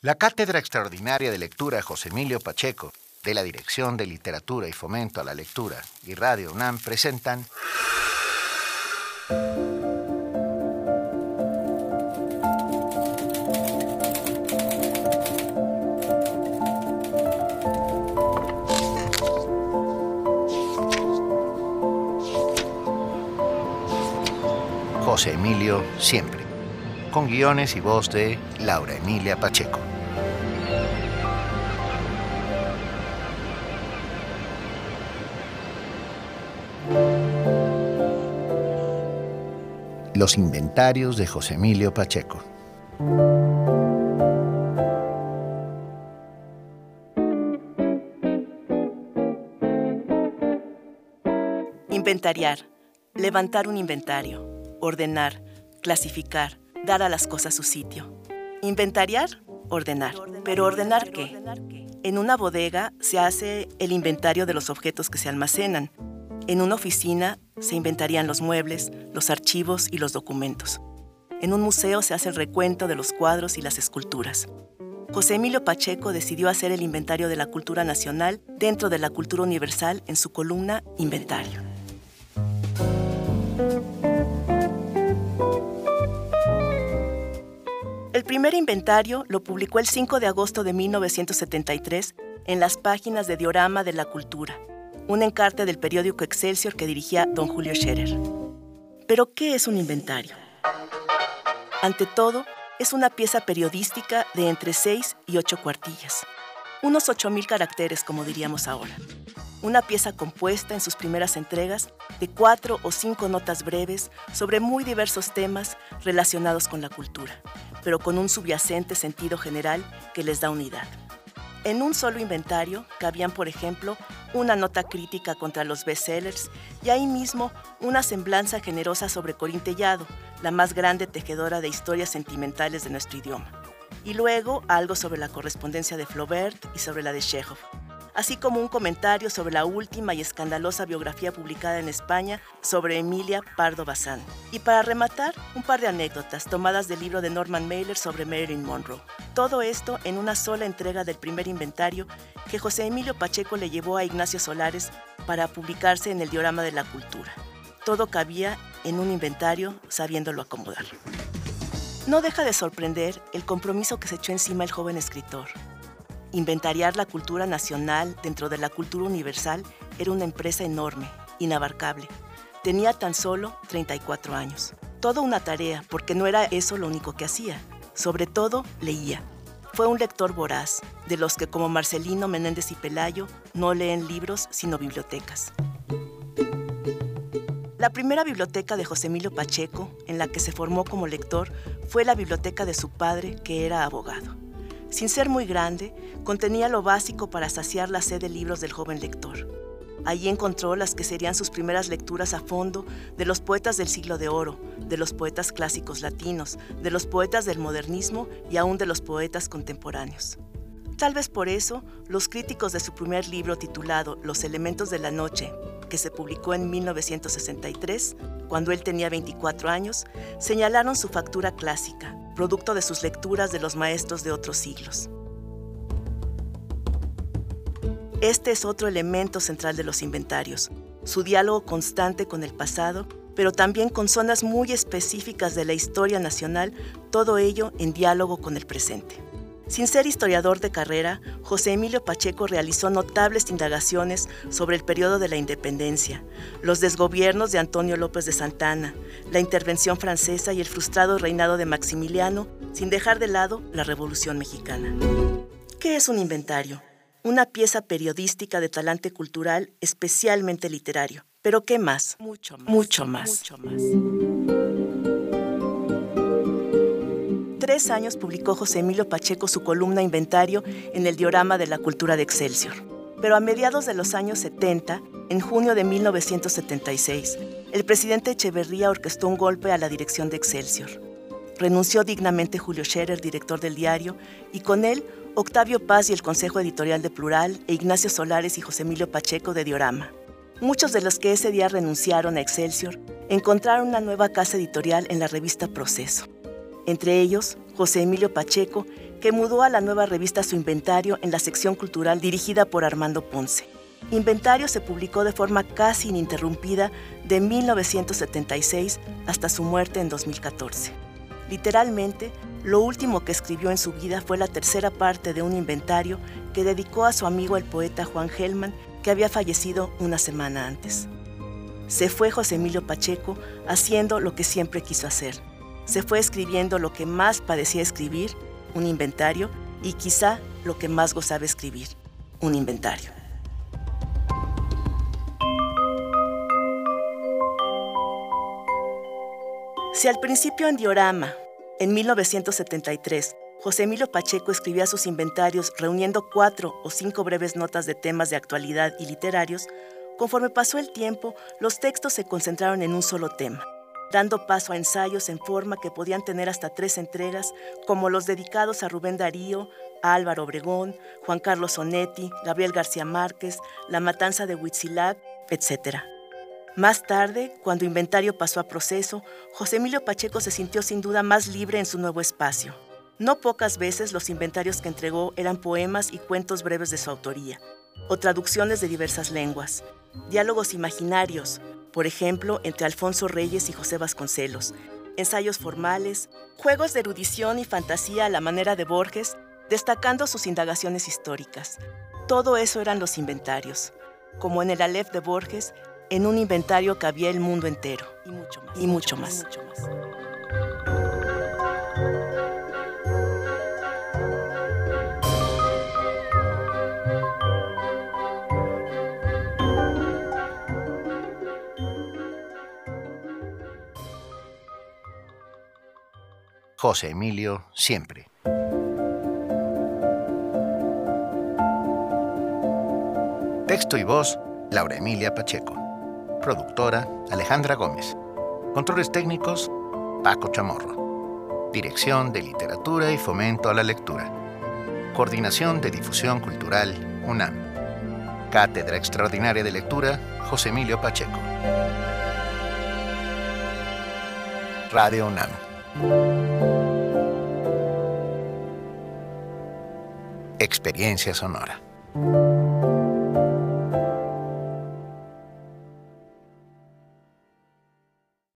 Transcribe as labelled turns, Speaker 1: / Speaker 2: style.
Speaker 1: La Cátedra Extraordinaria de Lectura José Emilio Pacheco, de la Dirección de Literatura y Fomento a la Lectura y Radio UNAM presentan José Emilio Siempre, con guiones y voz de Laura Emilia Pacheco. Los inventarios de José Emilio Pacheco.
Speaker 2: Inventariar. Levantar un inventario. Ordenar. Clasificar. Dar a las cosas su sitio. Inventariar, ordenar. ¿Pero ordenar qué? En una bodega se hace el inventario de los objetos que se almacenan. En una oficina se inventarían los muebles, los archivos y los documentos. En un museo se hace el recuento de los cuadros y las esculturas. José Emilio Pacheco decidió hacer el inventario de la cultura nacional dentro de la cultura universal en su columna Inventario. El primer inventario lo publicó el 5 de agosto de 1973 en las páginas de Diorama de la Cultura, un encarte del periódico Excelsior que dirigía don Julio Scherer. ¿Pero qué es un inventario? Ante todo, es una pieza periodística de entre 6 y 8 cuartillas. Unos 8,000 caracteres, como diríamos ahora. Una pieza compuesta en sus primeras entregas de 4 o 5 notas breves sobre muy diversos temas relacionados con la cultura, pero con un subyacente sentido general que les da unidad. En un solo inventario cabían, por ejemplo, una nota crítica contra los bestsellers y ahí mismo una semblanza generosa sobre Corín Tellado, la más grande tejedora de historias sentimentales de nuestro idioma. Y luego algo sobre la correspondencia de Flaubert y sobre la de Chekhov, así como un comentario sobre la última y escandalosa biografía publicada en España sobre Emilia Pardo Bazán. Y para rematar, un par de anécdotas tomadas del libro de Norman Mailer sobre Marilyn Monroe. Todo esto en una sola entrega del primer inventario que José Emilio Pacheco le llevó a Ignacio Solares para publicarse en el Diorama de la Cultura. Todo cabía en un inventario sabiéndolo acomodar. No deja de sorprender el compromiso que se echó encima el joven escritor. Inventariar la cultura nacional dentro de la cultura universal era una empresa enorme, inabarcable. Tenía tan solo 34 años. Toda una tarea, porque no era eso lo único que hacía. Sobre todo, leía. Fue un lector voraz, de los que como Marcelino Menéndez y Pelayo no leen libros sino bibliotecas. La primera biblioteca de José Emilio Pacheco, en la que se formó como lector, fue la biblioteca de su padre, que era abogado. Sin ser muy grande, contenía lo básico para saciar la sed de libros del joven lector. Allí encontró las que serían sus primeras lecturas a fondo de los poetas del siglo de oro, de los poetas clásicos latinos, de los poetas del modernismo y aún de los poetas contemporáneos. Tal vez por eso, los críticos de su primer libro titulado Los elementos de la noche, que se publicó en 1963, cuando él tenía 24 años, señalaron su factura clásica, producto de sus lecturas de los maestros de otros siglos. Este es otro elemento central de los inventarios, su diálogo constante con el pasado, pero también con zonas muy específicas de la historia nacional, todo ello en diálogo con el presente. Sin ser historiador de carrera, José Emilio Pacheco realizó notables indagaciones sobre el periodo de la independencia, los desgobiernos de Antonio López de Santana, la intervención francesa y el frustrado reinado de Maximiliano, sin dejar de lado la Revolución Mexicana. ¿Qué es un inventario? Una pieza periodística de talante cultural, especialmente literario. ¿Pero qué más? Mucho más. Mucho más. Mucho más. 3 años publicó José Emilio Pacheco su columna Inventario en el Diorama de la Cultura de Excelsior. Pero a mediados de los años 70, en junio de 1976, el presidente Echeverría orquestó un golpe a la dirección de Excelsior. Renunció dignamente Julio Scherer, director del diario, y con él Octavio Paz y el Consejo Editorial de Plural, e Ignacio Solares y José Emilio Pacheco de Diorama. Muchos de los que ese día renunciaron a Excelsior encontraron una nueva casa editorial en la revista Proceso. Entre ellos, José Emilio Pacheco, que mudó a la nueva revista su inventario en la sección cultural dirigida por Armando Ponce. Inventario se publicó de forma casi ininterrumpida de 1976 hasta su muerte en 2014. Literalmente, lo último que escribió en su vida fue la tercera parte de un inventario que dedicó a su amigo el poeta Juan Gelman, que había fallecido una semana antes. Se fue José Emilio Pacheco haciendo lo que siempre quiso hacer. Se fue escribiendo lo que más padecía escribir, un inventario, y quizá lo que más gozaba escribir, un inventario. Si al principio en Diorama, en 1973, José Emilio Pacheco escribía sus inventarios reuniendo 4 o 5 breves notas de temas de actualidad y literarios, conforme pasó el tiempo, los textos se concentraron en un solo tema, dando paso a ensayos en forma que podían tener hasta 3 entregas, como los dedicados a Rubén Darío, a Álvaro Obregón, Juan Carlos Onetti, Gabriel García Márquez, La Matanza de Huitzilac, etc. Más tarde, cuando Inventario pasó a Proceso, José Emilio Pacheco se sintió sin duda más libre en su nuevo espacio. No pocas veces los inventarios que entregó eran poemas y cuentos breves de su autoría, o traducciones de diversas lenguas, diálogos imaginarios, por ejemplo, entre Alfonso Reyes y José Vasconcelos, ensayos formales, juegos de erudición y fantasía a la manera de Borges, destacando sus indagaciones históricas. Todo eso eran los inventarios, como en el Aleph de Borges, en un inventario cabía el mundo entero, y mucho más.
Speaker 1: José Emilio siempre. Texto y voz, Laura Emilia Pacheco. Productora, Alejandra Gómez. Controles técnicos, Paco Chamorro. Dirección de Literatura y Fomento a la Lectura. Coordinación de Difusión Cultural, UNAM. Cátedra Extraordinaria de Lectura, José Emilio Pacheco. Radio UNAM. Experiencia sonora.